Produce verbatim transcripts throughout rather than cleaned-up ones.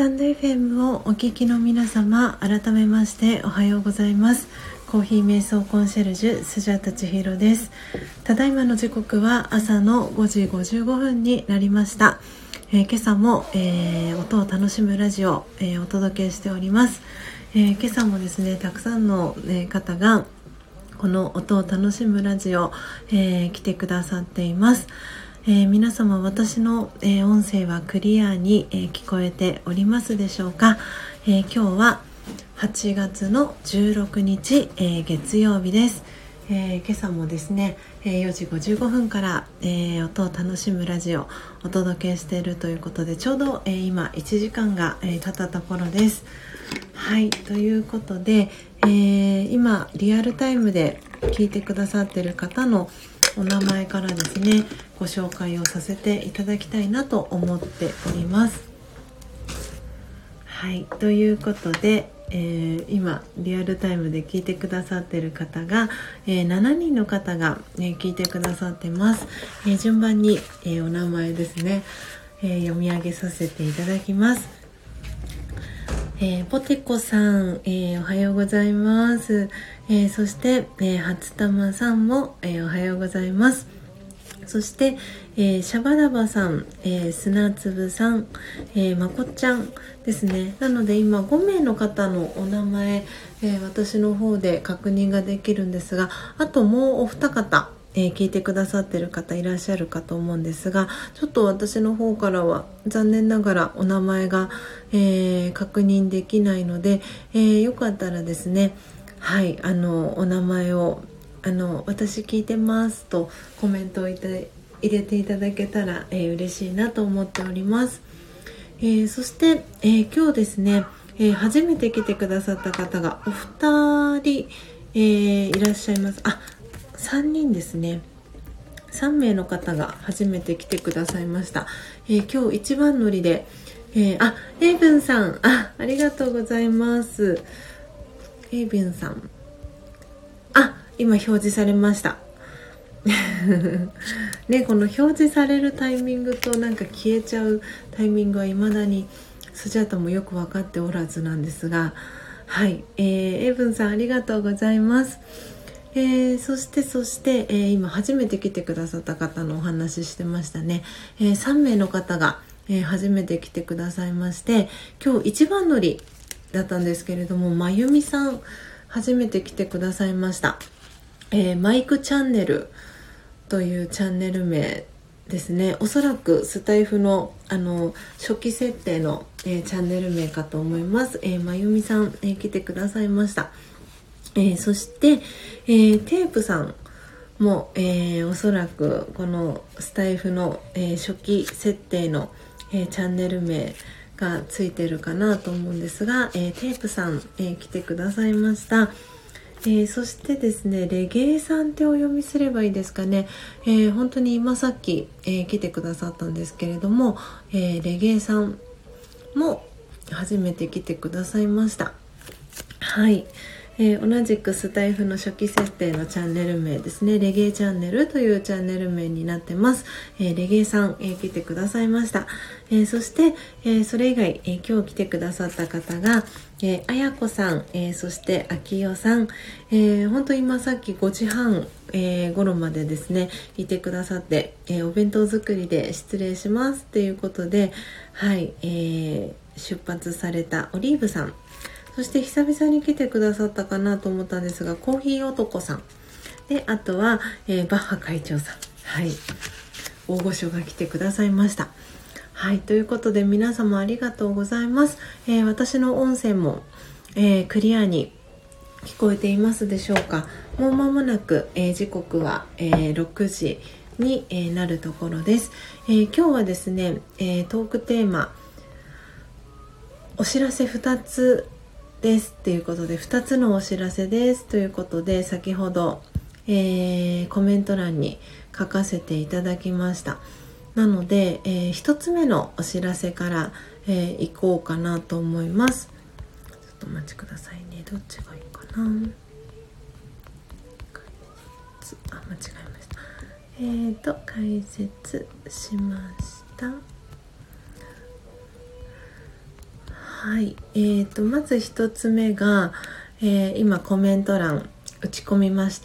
タンド エフエム をお聞きの皆様、改めましておはようございます。コーヒー瞑想コンシェルジュスジャタ千尋です。ただいまの時刻は朝のごじごじゅうごふんになりました。えー、今朝も、えー、音を楽しむラジオ、えー、お届けしております。えー、今朝もですね、たくさんの、えー、方がこの音を楽しむラジオ、えー、来てくださっています。えー、皆様、私の、えー、音声はクリアに、えー、聞こえておりますでしょうか。えー、今日ははちがつのじゅうろくにち、えー、月曜日です。えー、今朝もですね、えー、よじごじゅうごふんから、えー、音を楽しむラジオをお届けしているということで、ちょうど、えー、今いちじかんが、えー、経ったところです。はい、ということで、えー、今リアルタイムで聞いてくださっている方のお名前からですね、ご紹介をさせていただきたいなと思っております。はい、ということで、えー、今リアルタイムで聞いてくださっている方が、えー、しちにんの方が、ね、聞いてくださってます。えー、順番に、えー、お名前ですね、えー、読み上げさせていただきます。えー、ポテコさん、えー、おはようございます。えー、そして、えー、初玉さんも、えー、おはようございます。そして、えー、シャバダバさん、えー、砂粒さん、えー、まこっちゃんですね。なので今ごめいの方のお名前、えー、私の方で確認ができるんですが、あともうお二方、えー、聞いてくださっている方いらっしゃるかと思うんですが、ちょっと私の方からは残念ながらお名前が、えー、確認できないので、えー、よかったらですね、はい、あのお名前をあの私聞いてますとコメントをいた入れていただけたら、えー、嬉しいなと思っております。えー、そして、えー、今日ですね、えー、初めて来てくださった方がお二人、えー、いらっしゃいます。あ、さんにんですね。さんめいの方が初めて来てくださいました。えー、今日一番乗りで、えー、あ、エイブンさん、あ、ありがとうございます。エイブンさん、あ、今表示されましたね、この表示されるタイミングとなんか消えちゃうタイミングは未だにスジャタもよく分かっておらずなんですが、はい、えー、エイブンさんありがとうございます。えー、そしてそして、えー、今初めて来てくださった方のお話ししてましたね。えー、さんめいの方が、えー、初めて来てくださいまして、今日一番乗りだったんですけれども、まゆみさん初めて来てくださいました。えー、マイクチャンネルというチャンネル名ですね。おそらくスタイフのあの初期設定の、えー、チャンネル名かと思います。えー、まゆみさん、えー、来てくださいました。えー、そして、えー、テープさんも、えー、おそらくこのスタイフの、えー、初期設定の、えー、チャンネル名がついてるかなと思うんですが、えー、テープさん、えー、来てくださいました。えー、そしてですね、レゲエさんってお読みすればいいですかね。えー、本当に今さっき、えー、来てくださったんですけれども、えー、レゲエさんも初めて来てくださいました。はい、えー、同じくスタイフの初期設定のチャンネル名ですね、レゲエチャンネルというチャンネル名になってます。えー、レゲエさん、えー、来てくださいました。えー、そして、えー、それ以外、えー、今日来てくださった方が、えー、あやこさん、えー、そしてあきよさん、えー、本当今さっきごじはん、えー、頃までですねいてくださって、えー、お弁当作りで失礼しますということで、はい、えー、出発されたオリーブさん、そして久々に来てくださったかなと思ったんですが、コーヒー男さんで、あとは、えー、バッハ会長さん、はい、大御所が来てくださいました。はい、ということで皆様ありがとうございます。えー、私の音声も、えー、クリアに聞こえていますでしょうか。もう間もなく、えー、時刻は、えー、ろくじに、えー、なるところです。えー、今日はですね、えー、トークテーマお知らせふたつですということで、ふたつのお知らせですということで、先ほど、えー、コメント欄に書かせていただきました。なので、えー、ひとつめのお知らせから、えー、行こうかなと思います。ちょっとお待ちくださいね。どっちがいいかな。あ、間違えました。えーと解説しました。 はい、えーと、まず一つ目が、えー、今コメント欄打ち込みました。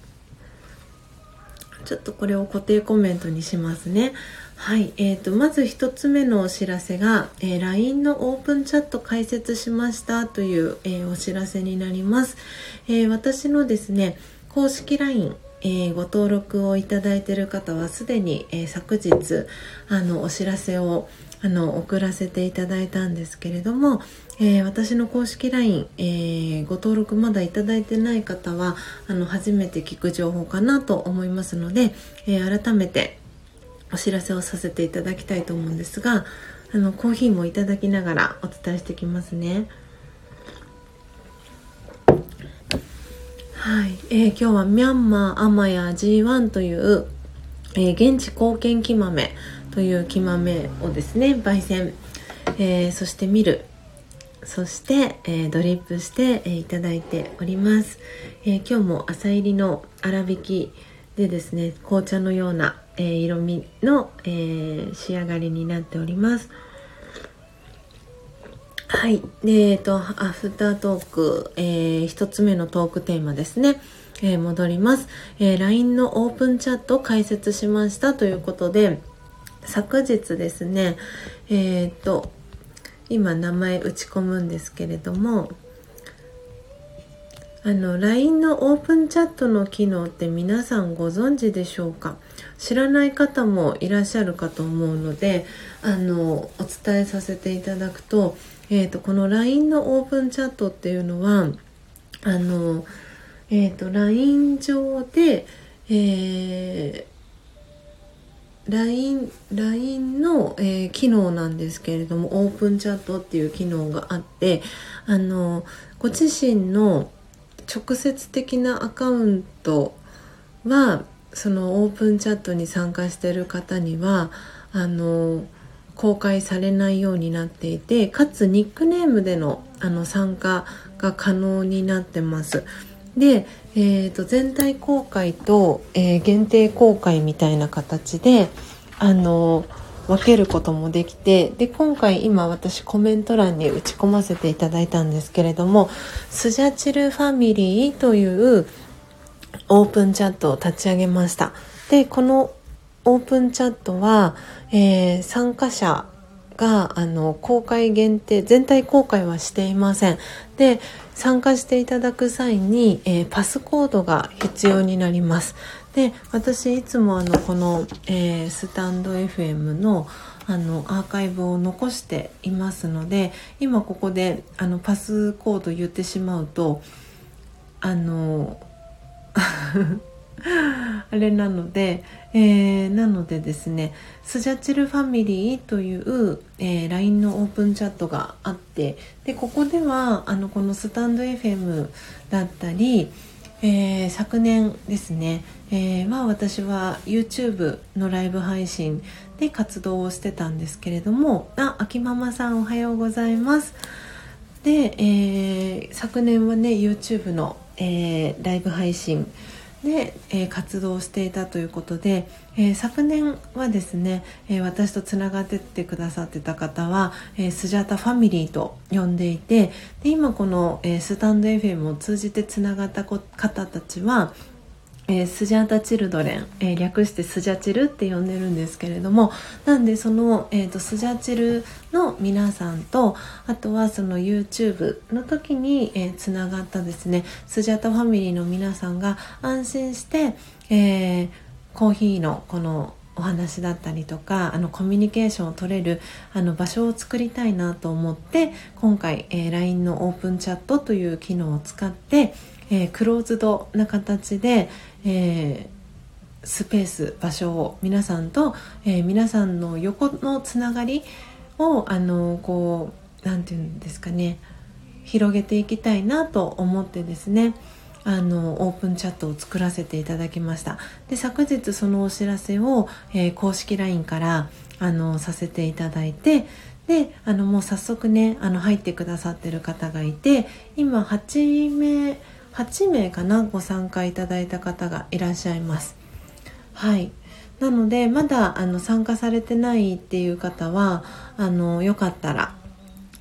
ちょっとこれを固定コメントにしますね。はい、えーと、まず一つ目のお知らせが、えー、ライン のオープンチャット開設しましたという、えー、お知らせになります。えー、私のですね、公式 ライン、えー、ご登録をいただいている方はすでに、えー、昨日あのお知らせをあの送らせていただいたんですけれども、えー、私の公式 ライン、えー、ご登録まだいただいてない方はあの初めて聞く情報かなと思いますので、えー、改めてお知らせをさせていただきたいと思うんですが、あのコーヒーもいただきながらお伝えしてきますね。はい、えー、今日はミャンマーアマヤ ジーワン という、えー、現地貢献木豆という木豆をですね焙煎、えー、そしてミル、そして、えー、ドリップして、えー、いただいております。えー、今日も朝入りの粗挽きでですね、紅茶のような、えー、色味の、えー、仕上がりになっております。はい、で、えーと、アフタートーク、えー、一つ目のトークテーマですね、えー、戻ります。えー、ライン のオープンチャットを開設しましたということで、昨日ですね、えーと今名前打ち込むんですけれども、あの ライン のオープンチャットの機能って皆さんご存知でしょうか。知らない方もいらっしゃるかと思うので、あのお伝えさせていただくと、えーとこの ライン のオープンチャットっていうのはあの、えーと ライン 上で、えーライン、ライン の、えー、機能なんですけれども、オープンチャットっていう機能があって、あのご自身の直接的なアカウントはそのオープンチャットに参加している方にはあの公開されないようになっていて、かつニックネームでの、あの参加が可能になってます。で、えー、と全体公開と、えー、限定公開みたいな形であの分けることもできて、で今回今私コメント欄に打ち込ませていただいたんですけれども、スジャチルファミリーというオープンチャットを立ち上げました。でこのオープンチャットは、えー、参加者があの公開限定、全体公開はしていません。で参加していただく際に、えー、パスコードが必要になります。で私いつもあのこの、えー、スタンド エフエム のあのアーカイブを残していますので、今ここであのパスコード言ってしまうとあのあれなので、えー、なのでですね、スジャチルファミリーという、えー、ライン のオープンチャットがあって、でここではあのこのスタンド エフエム だったり、えー、昨年ですね、えー、は私は YouTube のライブ配信で活動をしてたんですけれども、あ、秋ママさんおはようございます。で、えー、昨年はね YouTube の、えー、ライブ配信で、えー、活動していたということで、えー、昨年はですね、えー、私とつながってってくださってた方は、えー、スジャタファミリーと呼んでいて、で今この、えー、スタンド エフエム を通じてつながった方たちは、えー、スジャタチルドレン、えー、略してスジャチルって呼んでるんですけれども、なんでその、えーと、スジャチルの皆さんと、あとはその YouTube の時に、えー、つながったですねスジャタファミリーの皆さんが安心して、えー、コーヒーのこのお話だったりとか、あのコミュニケーションを取れるあの場所を作りたいなと思って、今回、えー、ライン のオープンチャットという機能を使って、えー、クローズドな形で、えー、スペース、場所を皆さんと、えー、皆さんの横のつながりをあのこうなんていうんですかね、広げていきたいなと思ってですね、あのオープンチャットを作らせていただきました。で昨日そのお知らせを、えー、公式 ライン からあのさせていただいて、であのもう早速ねあの入ってくださってる方がいて、今はちめいはちめいかな、ご参加いただいた方がいらっしゃいます。はい、なのでまだあの参加されてないっていう方はあのよかったら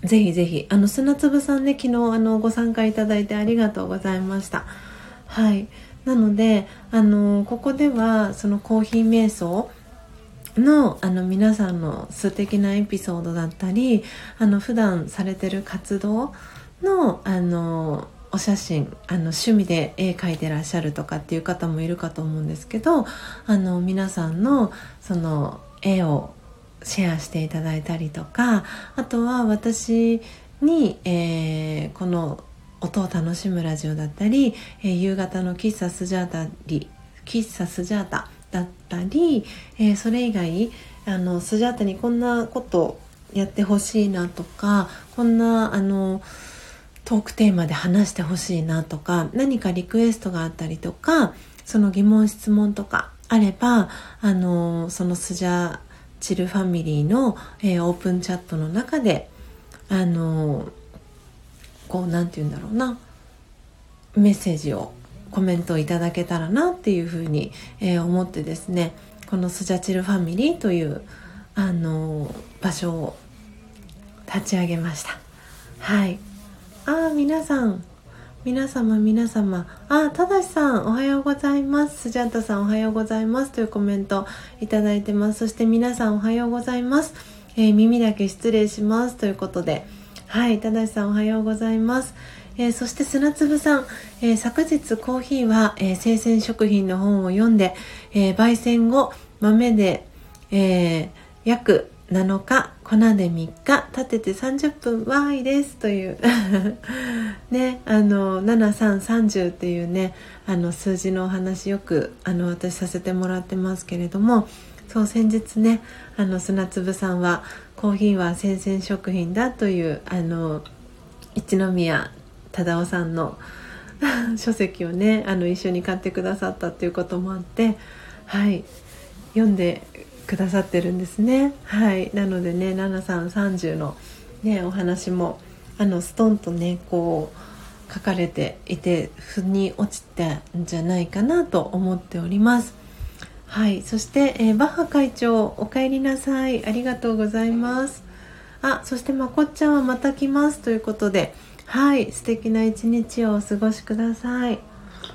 ぜひぜひ、あの砂粒さんね、昨日あのご参加いただいてありがとうございました。はい、なのであのここではそのコーヒー瞑想のあの皆さんの素敵なエピソードだったり、あの普段されてる活動のあのお写真、あの趣味で絵描いてらっしゃるとかっていう方もいるかと思うんですけど、あの皆さんのその絵をシェアしていただいたりとか、あとは私に、えーこの音を楽しむラジオだったり、えー夕方の喫茶スジャータリ喫茶スジャータだったり、えーそれ以外あのスジャータにこんなことやってほしいなとか、こんなあのトークテーマで話してほしいなとか、何かリクエストがあったりとか、その疑問質問とかあれば、あのそのスジャチルファミリーの、えーオープンチャットの中であのこうなんて言うんだろうな、メッセージをコメントをいただけたらなっていうふうに、えー思ってですね、このスジャチルファミリーというあの場所を立ち上げました。はい。あー、皆さん皆様皆様、あ、ただしさんおはようございます。スジャータさんおはようございますというコメントいただいてます。そして皆さんおはようございます、えー耳だけ失礼しますということで、はい、ただしさんおはようございます。えーそして砂粒さん、えー昨日コーヒーは、えー生鮮食品の本を読んで、えー焙煎後豆で、えー約なのか粉でみっか立ててさんじゅっぷんわーいですというね、あのななさんさんじゅうっていうね、あの数字のお話よくあの私させてもらってますけれども、そう先日ね、あの砂粒さんはコーヒーは生鮮食品だというあの一宮忠夫さんの書籍をね、あの一緒に買ってくださったっていうこともあって、はい、読んでくださってるんですね。はい、なのでね、ななさんさんじゅうのねお話もあのストンとねこう書かれていて、腑に落ちたんじゃないかなと思っております。はい、そして、えーバッハ会長お帰りなさい、ありがとうございます。あ、そしてまこっちゃんはまた来ますということで、はい、素敵な一日をお過ごしください。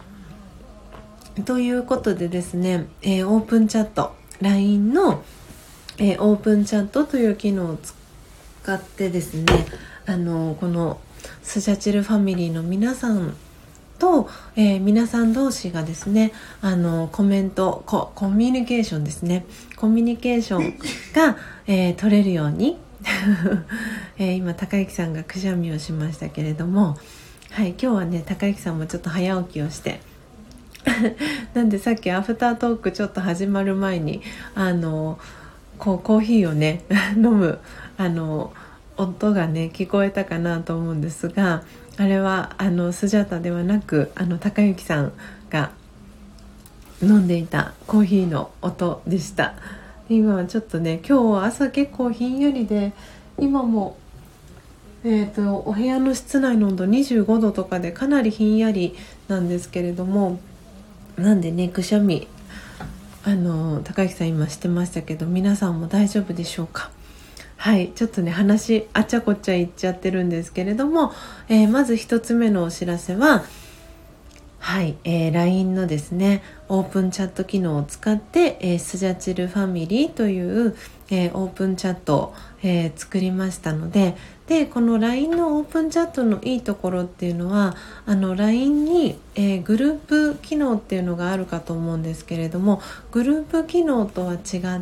ということでですね、えーオープンチャット ライン の、えーオープンチャットという機能を使ってですね、あのこのスジャチルファミリーの皆さんと、えー皆さん同士がですね、あのコメントコ、コミュニケーションですね、コミュニケーションが、えー取れるように、えー今高之さんがくしゃみをしましたけれども、はい、今日はね高之さんもちょっと早起きをしてなんでさっきアフタートークちょっと始まる前にあのこうコーヒーをね飲むあの音がね聞こえたかなと思うんですが、あれはあのスジャタではなく、あの高之さんが飲んでいたコーヒーの音でした。今はちょっとね、今日朝結構ひんやりで、今もえーとお部屋の室内の温度にじゅうごどとかでかなりひんやりなんですけれども、なんでねくしゃみあの高木さん今してましたけど、皆さんも大丈夫でしょうか。はい、ちょっとね話あっちゃこっちゃ言っちゃってるんですけれども、えーまず一つ目のお知らせは、はい、えー、ライン のですねオープンチャット機能を使って、えー、スジャチルファミリーという、えーオープンチャットを、えー作りましたので、でこの ライン のオープンチャットのいいところっていうのは、あの ライン に、えーグループ機能っていうのがあるかと思うんですけれども、グループ機能とは違って、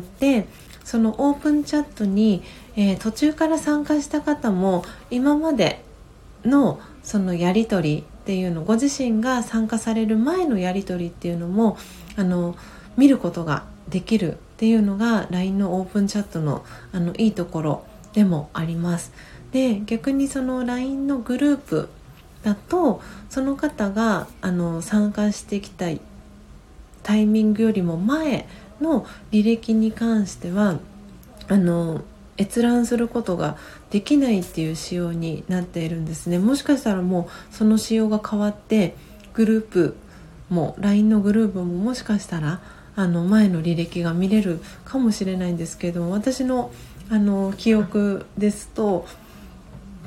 そのオープンチャットに、えー途中から参加した方も今までのそのやり取りっていうの、ご自身が参加される前のやり取りっていうのもあの見ることができるっていうのが ライン のオープンチャットの、あのいいところでもあります。で逆にその ライン のグループだと、その方があの参加してきたタイミングよりも前の履歴に関してはあの閲覧することができないっていう仕様になっているんですね。もしかしたらもうその仕様が変わって、グループも ライン のグループももしかしたらあの前の履歴が見れるかもしれないんですけど、私のあの記憶ですと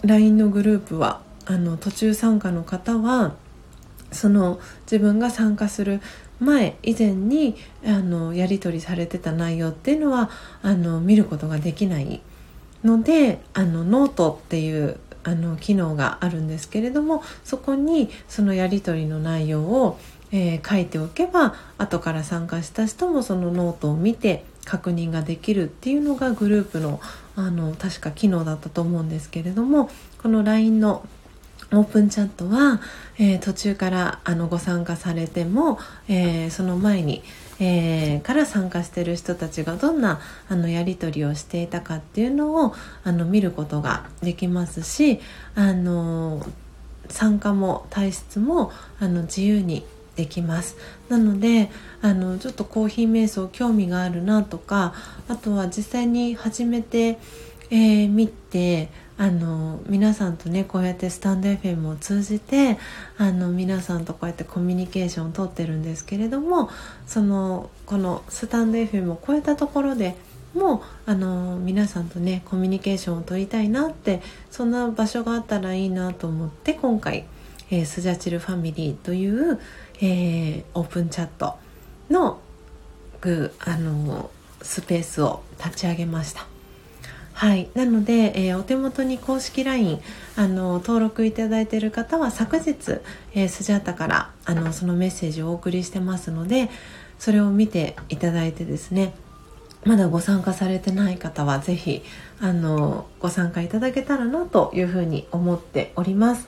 ライン のグループはあの途中参加の方はその自分が参加する前以前にあのやり取りされてた内容っていうのはあの見ることができないので、あのノートっていうあの機能があるんですけれども、そこにそのやり取りの内容を、えー書いておけば、後から参加した人もそのノートを見て確認ができるっていうのがグループの、あの確か機能だったと思うんですけれども、この ライン のオープンチャットは、えー途中からあのご参加されても、えーその前に、えーから参加している人たちがどんなあのやり取りをしていたかっていうのをあの見ることができますし、あの参加も退出もあの自由にできます。なのであのちょっとコーヒー瞑想興味があるなとか、あとは実際に始めて、えー見て、あの皆さんとねこうやってスタンド エフエム を通じてあの皆さんとこうやってコミュニケーションを取ってるんですけれども、そのこのスタンド エフエム を超えたところでもうあの皆さんとねコミュニケーションを取りたいなって、そんな場所があったらいいなと思って今回、えースジャチルファミリーという、えーオープンチャットのグあのスペースを立ち上げました。はい、なので、えーお手元に公式 ライン あの登録いただいている方は昨日、えースジャータからあのそのメッセージをお送りしてますので、それを見ていただいてですね、まだご参加されてない方はぜひあのご参加いただけたらなというふうに思っております。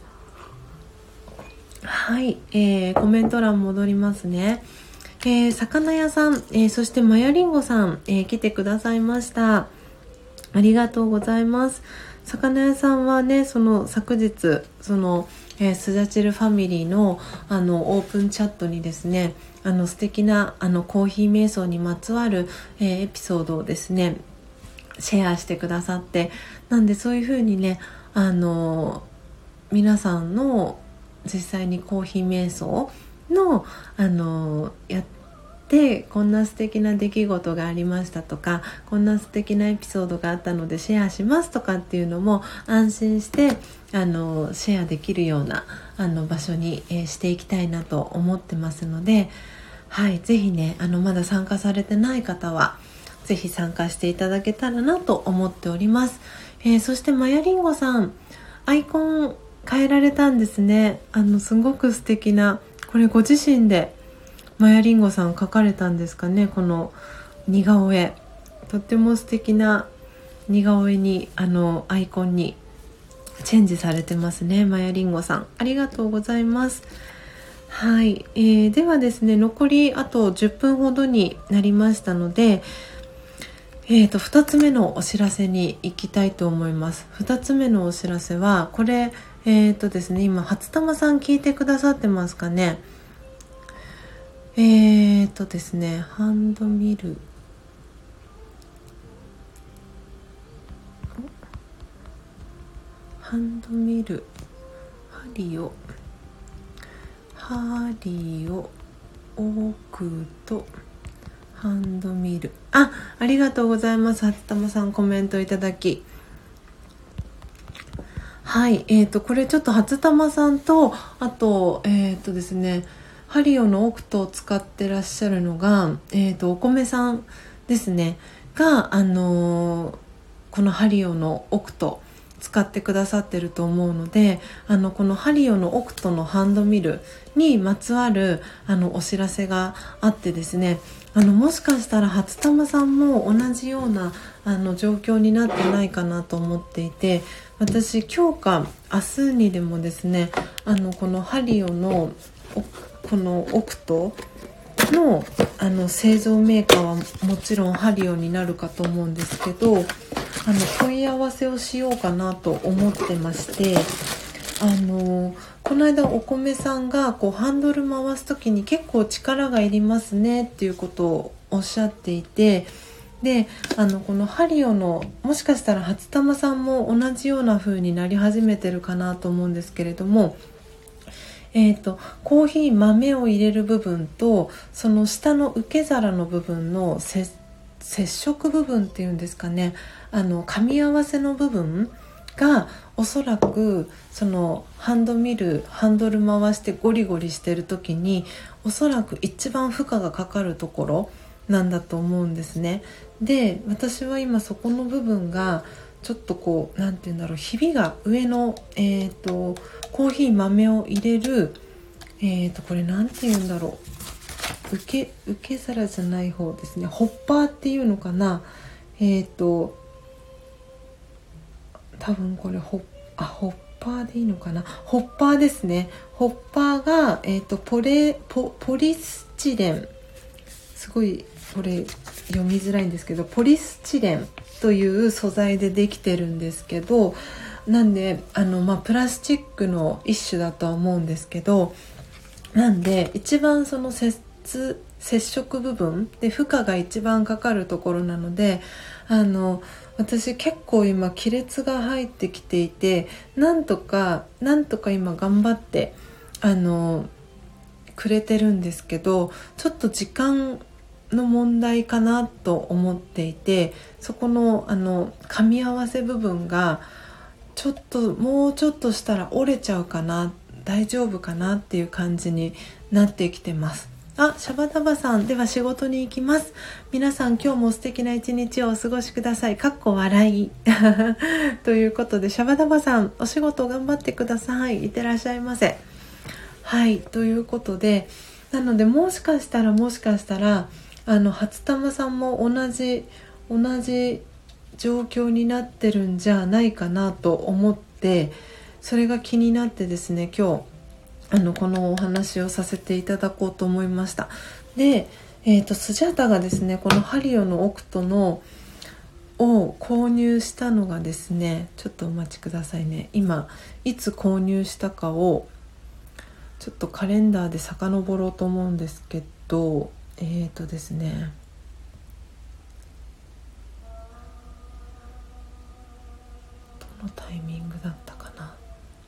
はい、えーコメント欄戻りますね。えー魚屋さん、えーそしてマヤリンゴさん、えー来てくださいました。ありがとうございます。魚屋さんはね、その昨日その、えースジャチルファミリーのあのオープンチャットにですね、あの素敵なあのコーヒー瞑想にまつわる、えーエピソードをですねシェアしてくださって、なんでそういう風にね、あの皆さんの実際にコーヒー瞑想のあのやってでこんな素敵な出来事がありましたとか、こんな素敵なエピソードがあったのでシェアしますとかっていうのも安心してあのシェアできるようなあの場所に、えーしていきたいなと思ってますので、はい、ぜひねあのまだ参加されてない方はぜひ参加していただけたらなと思っております。えーそしてマヤリンゴさん、アイコン変えられたんですね。あのすごく素敵な、これご自身でマヤリンゴさん描かれたんですかね。この似顔絵、とっても素敵な似顔絵にあのアイコンにチェンジされてますね。マヤリンゴさんありがとうございます。はい、えー、ではですね、残りあとじゅっぷんほどになりましたので、えーとふたつめのお知らせに行きたいと思います。ふたつめのお知らせはこれ、えーとですね、今初玉さん聞いてくださってますかね。えーとですね、ハンドミルハンドミル針を針を置くとハンドミル、あ、ありがとうございます。初玉さんコメントいただき、はい、えーとこれちょっと初玉さんとあとえーとですねハリオのオクトを使ってらっしゃるのが、えーとお米さんですねが、あのーこのハリオのオクト使ってくださってると思うので、あのこのハリオのオクトのハンドミルにまつわるあのお知らせがあってですね、あのもしかしたら初玉さんも同じようなあの状況になってないかなと思っていて、私今日か明日にでもですね、あのこのハリオのこのオクトの、あの製造メーカーはもちろんハリオになるかと思うんですけど、あの問い合わせをしようかなと思ってまして、あのこの間お米さんがこうハンドル回す時に結構力がいりますねっていうことをおっしゃっていて、であのこのハリオのもしかしたら初玉さんも同じような風になり始めてるかなと思うんですけれども、えーと、コーヒー豆を入れる部分とその下の受け皿の部分の接触部分っていうんですかね、あの噛み合わせの部分がおそらくそのハンドミルハンドル回してゴリゴリしてる時におそらく一番負荷がかかるところなんだと思うんですね。で、私は今そこの部分がちょっとこうなんていうんだろう、ひびが上の、えーと、コーヒー豆を入れる、えーとこれなんていうんだろう、受け受け皿じゃない方ですね、ホッパーっていうのかな、えーと多分これホッあホッパーでいいのかな、ホッパーですね。ホッパーが、えーと、ポレポポリスチレン、すごいこれ読みづらいんですけど、ポリスチレンという素材でできてるんですけど、なんであの、まあ、プラスチックの一種だとは思うんですけど、なんで一番その接接触部分で負荷が一番かかるところなので、あの私結構今亀裂が入ってきていて、なんとかなんとか今頑張ってあのくれてるんですけど、ちょっと時間の問題かなと思っていて、そこのあの噛み合わせ部分がちょっともうちょっとしたら折れちゃうかな、大丈夫かなっていう感じになってきてます。あ、シャバダバさん、では仕事に行きます。皆さん今日も素敵な一日をお過ごしください。かっこ笑いということで、シャバダバさんお仕事頑張ってください。いってらっしゃいませ。はい、ということで、なのでもしかしたらもしかしたらあの初玉さんも同じ同じ状況になってるんじゃないかなと思って、それが気になってですね、今日あのこのお話をさせていただこうと思いました。で、えーと、スジャータがですね、このハリオのオクトのを購入したのがですね、ちょっとお待ちくださいね。今いつ購入したかをちょっとカレンダーで遡ろうと思うんですけど、えーとですねどのタイミングだったかな。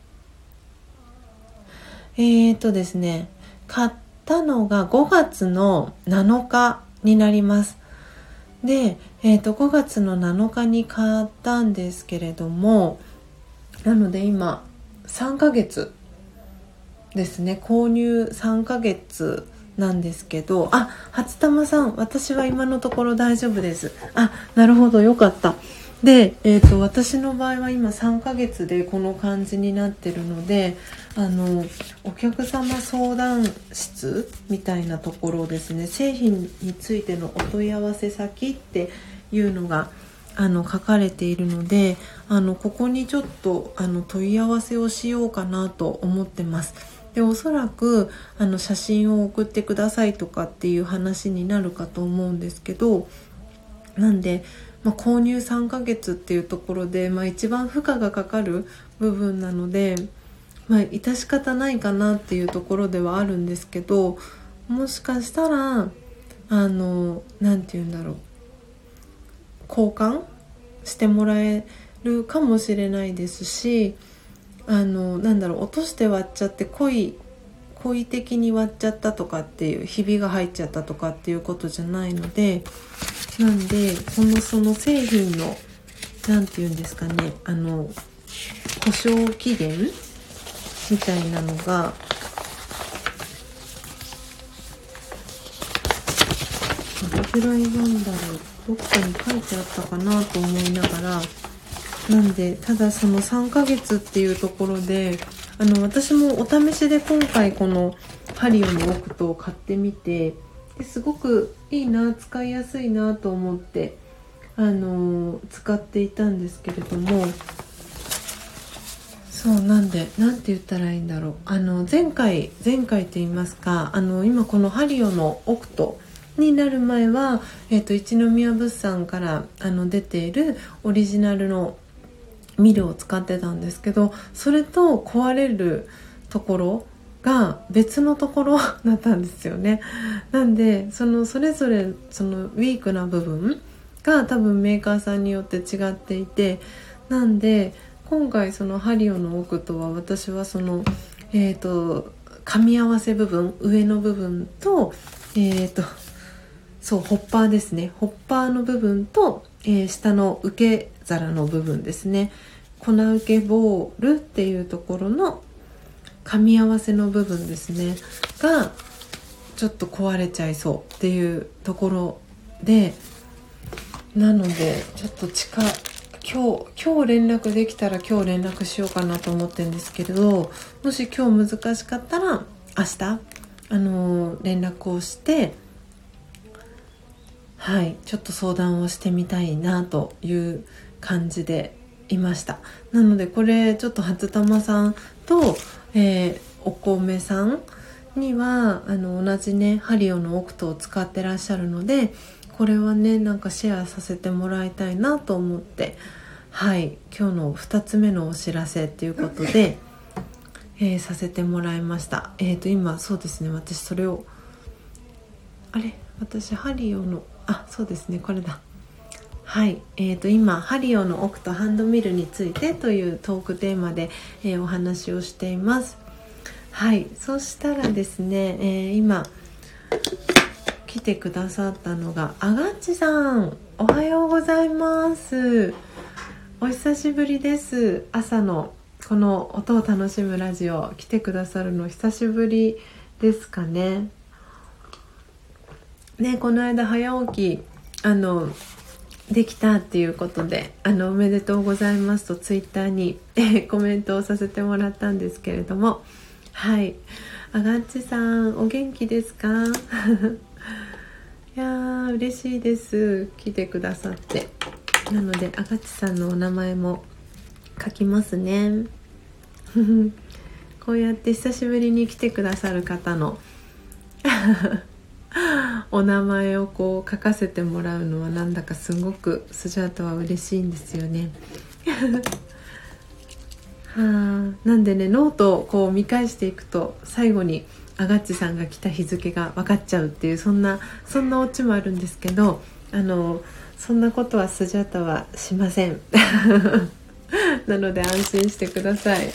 えーとですね買ったのがごがつのなのかになります。で、えーとごがつのなのかに買ったんですけれども、なので今さんかげつですね、購入さんかげつなんですけど、あ、初玉さん、私は今のところ大丈夫です。あ、なるほど、よかった。で、えーと、私の場合は今さんかげつでこの感じになってるので、あのお客様相談室みたいなところですね、製品についてのお問い合わせ先っていうのがあの書かれているので、あのここにちょっとあの問い合わせをしようかなと思ってます。で、おそらくあの写真を送ってくださいとかっていう話になるかと思うんですけど、なんで、まあ、購入さんかげつっていうところで、まあ、一番負荷がかかる部分なので、まあ、致し方ないかなっていうところではあるんですけど、もしかしたらあのなんて言うんだろう、交換してもらえるかもしれないですし、あのなんだろう、落として割っちゃって故意故意的に割っちゃったとかっていう、ひびが入っちゃったとかっていうことじゃないので、なんでこのその製品のなんていうんですかね、あの保証期限みたいなのがどれぐらいなんだろう、どっかに書いてあったかなと思いながら、なんでただそのさんかげつっていうところで、あの私もお試しで今回このハリオのオクトを買ってみて、ですごくいいな、使いやすいなと思ってあの使っていたんですけれども、そうなんでなんて言ったらいいんだろう、あの前回前回と言いますか、あの今このハリオのオクトになる前は、えーと、一宮物産からあの出ているオリジナルのミルを使ってたんですけど、それと壊れるところが別のところだったんですよね。なんでそのそれぞれそのウィークな部分が多分メーカーさんによって違っていて、なんで今回そのハリオのオクトは私はそのえっと噛み合わせ部分、上の部分とえっとそうホッパーですね、ホッパーの部分と、えー、下の受け皿の部分ですね粉受けボールっていうところの噛み合わせの部分ですねがちょっと壊れちゃいそうっていうところで、なのでちょっと近今日今日連絡できたら今日連絡しようかなと思ってるんですけれど、もし今日難しかったら明日あのー、連絡をしてはいちょっと相談をしてみたいなという感じでいました。なのでこれちょっと初玉さんと、えー、お米さんにはあの同じねハリオのオクトを使ってらっしゃるので、これはねなんかシェアさせてもらいたいなと思って、はい今日のふたつめのお知らせっていうことで、えー、させてもらいました。えーと今そうですね、私それをあれ私ハリオのあそうですねこれだはい、えーと今ハリオのオクトハンドミルについてというトークテーマで、えー、お話をしています。はい、そしたらですね、えー、今来てくださったのがあがっちさん、おはようございます。お久しぶりです。朝のこの音を楽しむラジオ来てくださるの久しぶりですかね。ね、この間早起きあのできたっていうことであのおめでとうございますとツイッターにコメントをさせてもらったんですけれども、はい、あがっちさんお元気ですか？いやー嬉しいです、来てくださって。なのであがっちさんのお名前も書きますねこうやって久しぶりに来てくださる方のお名前をこう書かせてもらうのはなんだかすごくスジャータは嬉しいんですよねはあ、なんでねノートをこう見返していくと最後にあがっちさんが来た日付が分かっちゃうっていうそんなそんなオチもあるんですけど、あのそんなことはスジャータはしませんなので安心してください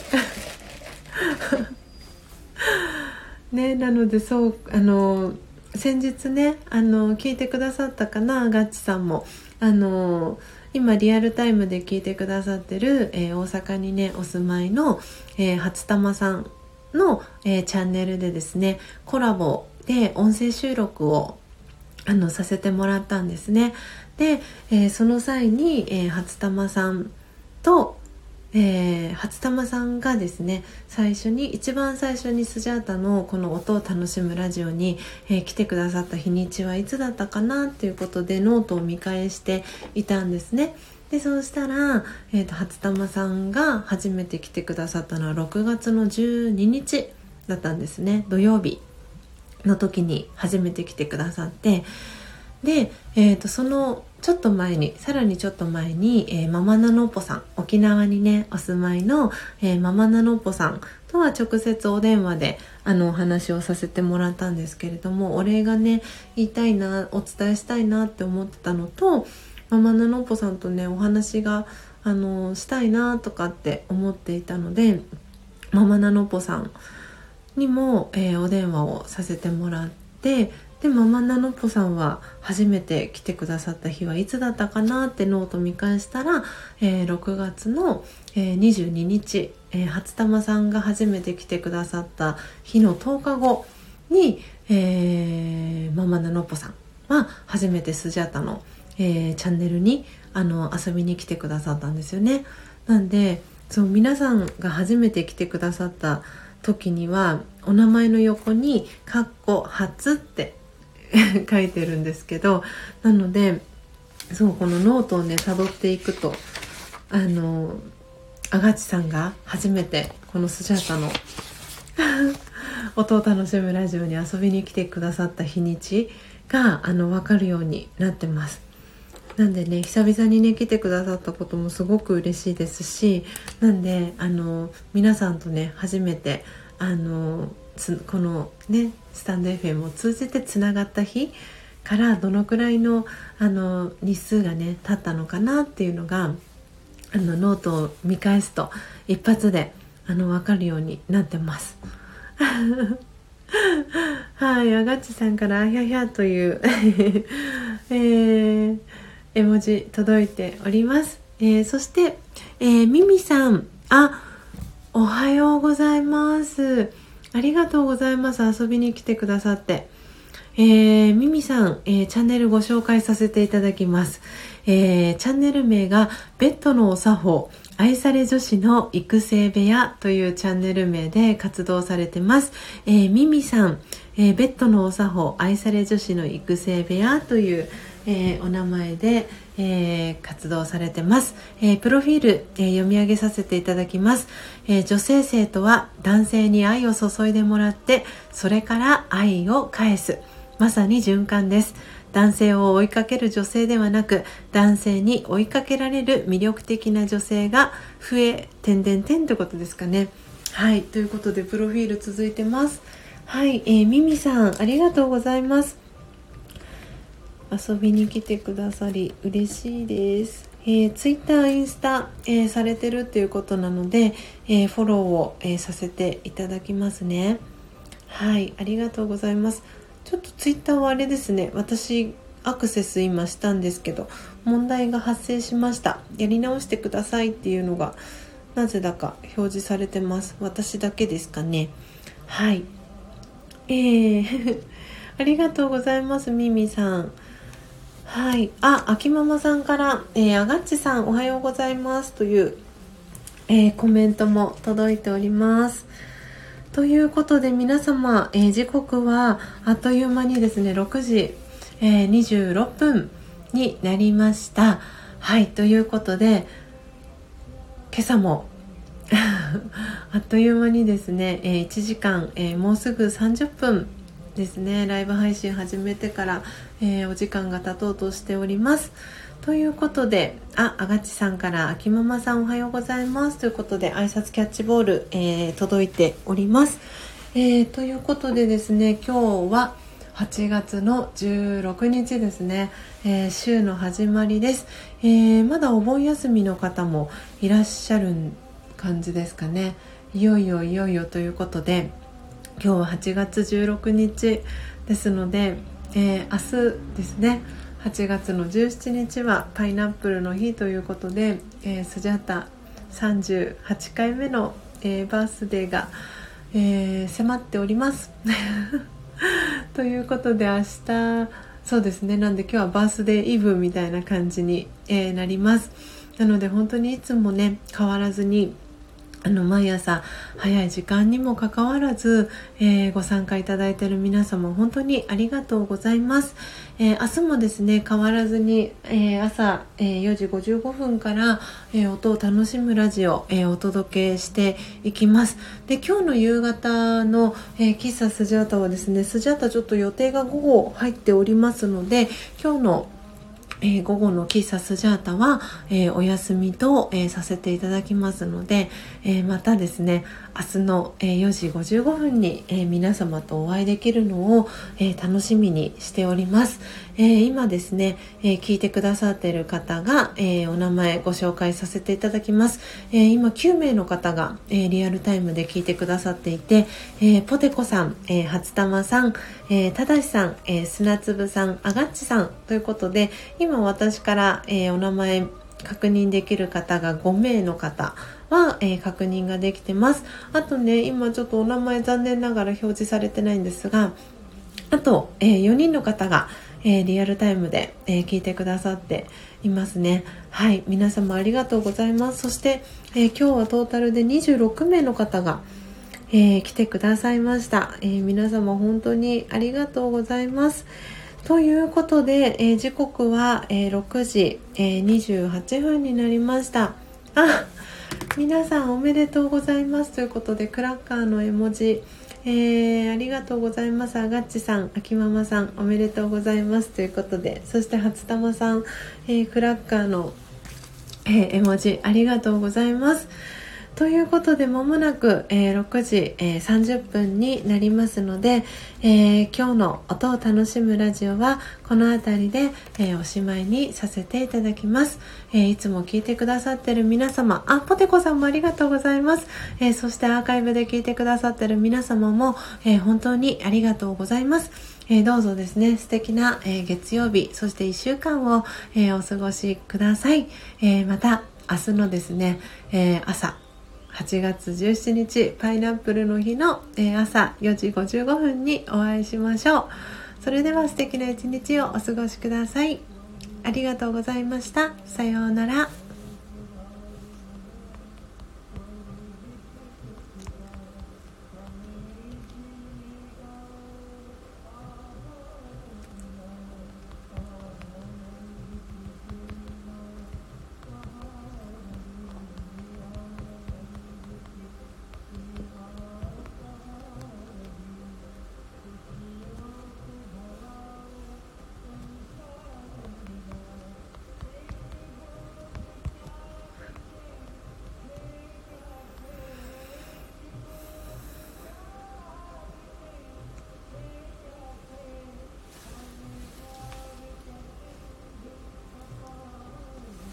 ね、なのでそうあの先日ねあの聞いてくださったかな、ガッチさんもあの今リアルタイムで聞いてくださってる、えー、大阪にねお住まいの、えー、初玉さんの、えー、チャンネルでですねコラボで音声収録をあのさせてもらったんですね。で、えー、その際に、えー、初玉さんとえー、初玉さんがですね最初に一番最初にスジャータのこの音を楽しむラジオに、えー、来てくださった日にちはいつだったかなっていうことでノートを見返していたんですね。でそうしたら、えーと、初玉さんが初めて来てくださったのはろくがつのじゅうににちだったんですね。土曜日の時に初めて来てくださって、で、えーと、そのちょっと前にさらにちょっと前に、えー、ママナノッポさん、沖縄にねお住まいの、えー、ママナノッポさんとは直接お電話であのお話をさせてもらったんですけれども、お礼がね言いたいなお伝えしたいなって思ってたのと、ママナノッポさんとねお話があのしたいなとかって思っていたので、ママナノッポさんにも、えー、お電話をさせてもらって、でママナノポさんは初めて来てくださった日はいつだったかなってノート見返したら、えー、ろくがつの、えー、にじゅうににち、えー、初玉さんが初めて来てくださった日のとおかごに、えー、ママナノポさんは初めてスジャータの、えー、チャンネルにあの遊びに来てくださったんですよね。なんでそう皆さんが初めて来てくださった時にはお名前の横にカッコ初って書いてるんですけど、なのでそうこのノートをね辿っていくとあのあがちさんが初めてこのスジャータの音を楽しむラジオに遊びに来てくださった日にちがあの分かるようになってます。なんでね久々にね来てくださったこともすごく嬉しいですし、なんであの皆さんとね初めてあのこのねスタンド エフエム を通じてつながった日からどのくらいのあの日数がね経ったのかなっていうのがあのノートを見返すと一発であの分かるようになってますはい、あがっちさんからあひゃひゃという、えー、絵文字届いております。 えー、そして、えー、ミミさん、あ、おはようございます。ありがとうございます。遊びに来てくださって。えー、ミミさん、えー、チャンネルご紹介させていただきます。えー、チャンネル名がベッドのお作法愛され女子の育成部屋というチャンネル名で活動されてます。えー、ミミさん、えー、ベッドのお作法愛され女子の育成部屋という、えー、お名前で、えー、活動されてます。えー、プロフィール、えー、読み上げさせていただきます。えー、女性性とは男性に愛を注いでもらってそれから愛を返す、まさに循環です。男性を追いかける女性ではなく、男性に追いかけられる魅力的な女性が増え、点々点ということですかね。はい、ということでプロフィール続いてます。はい、えー、ミミさんありがとうございます。遊びに来てくださり嬉しいです。えー、ツイッター、インスタ、えー、されてるっていうことなので、えー、フォローを、えー、させていただきますね。はい、ありがとうございます。ちょっとツイッターはあれですね、私アクセス今したんですけど問題が発生しました。やり直してくださいっていうのがなぜだか表示されてます。私だけですかね。はい、えー、ありがとうございます。ミミさん。はい、あ、秋ママさんから、えー、あがっちさんおはようございますという、えー、コメントも届いております。ということで皆様、えー、時刻はあっという間にですねろくじ、えー、にじゅうろっぷんになりました。はい、ということで今朝もあっという間にですね、えー、いちじかん、えー、もうすぐさんじゅっぷんですね、ライブ配信始めてから、えー、お時間が経とうとしております。ということで、あ、あがちさんから秋ママさんおはようございますということで挨拶キャッチボール、えー、届いております。えー、ということでですね、今日ははちがつのじゅうろくにちですね、えー、週の始まりです。えー、まだお盆休みの方もいらっしゃる感じですかね。いよいよいよいよということで、今日ははちがつじゅうろくにちですので、えー、明日ですね、はちがつのじゅうしちにちはパイナップルの日ということで、えー、スジャタさんじゅうはちかいめの、えー、バースデーが、えー、迫っておりますということで明日そうですね、なんで今日はバースデーイブみたいな感じに、えー、なります。なので本当にいつもね変わらずにあの毎朝早い時間にもかかわらず、えー、ご参加いただいている皆様本当にありがとうございます。えー、明日もですね変わらずに、えー、朝、えー、よじごじゅうごふんから、えー、音を楽しむラジオ、えー、お届けしていきます。で今日の夕方の、えー、喫茶スジャータはですね、スジャータちょっと予定が午後入っておりますので、今日のえー、午後の喫茶スジャータは、えー、お休みと、えー、させていただきますので、えー、またですね明日の、えー、よじごじゅうごふんに、えー、皆様とお会いできるのを、えー、楽しみにしております。えー、今ですね、えー、聞いてくださっている方が、えー、お名前ご紹介させていただきます。えー、今きゅうめいの方が、えー、リアルタイムで聞いてくださっていて、えー、ポテコさん、えー、初玉さん、えー、ただしさん、えー、砂粒さん、あがっちさんということで、今私から、えー、お名前確認できる方がごめいの方は、えー、確認ができてます。あとね、今ちょっとお名前残念ながら表示されてないんですが、あと、えー、よにんの方が、えー、リアルタイムで、えー、聞いてくださっていますね。はい、皆様ありがとうございます。そして、えー、今日はトータルでにじゅうろくめいの方が、えー、来てくださいました。えー、皆様本当にありがとうございます。ということで、えー、時刻は、えー、ろくじ、えー、にじゅうはっぷんになりました。あ、皆さんおめでとうございますということで、クラッカーの絵文字、えー、ありがとうございます。あがっちさん、あきママさんおめでとうございますということで、そして初玉さん、えー、クラッカーの、えー、絵文字ありがとうございます。ということで、間もなく、えー、ろくじ、えー、さんじゅっぷんになりますので、えー、今日の音を楽しむラジオはこのあたりで、えー、おしまいにさせていただきます。えー、いつも聞いてくださっている皆様、あ、ポテコさんもありがとうございます。えー、そしてアーカイブで聞いてくださっている皆様も、えー、本当にありがとうございます。 えー、どうぞですね、素敵な、えー、月曜日、そしていっしゅうかんを、えー、お過ごしください。えー、また明日のですね、えー、朝はちがつじゅうしちにちパイナップルの日の、えー、朝よじごじゅうごふんにお会いしましょう。それでは素敵な一日をお過ごしください。ありがとうございました。さようなら。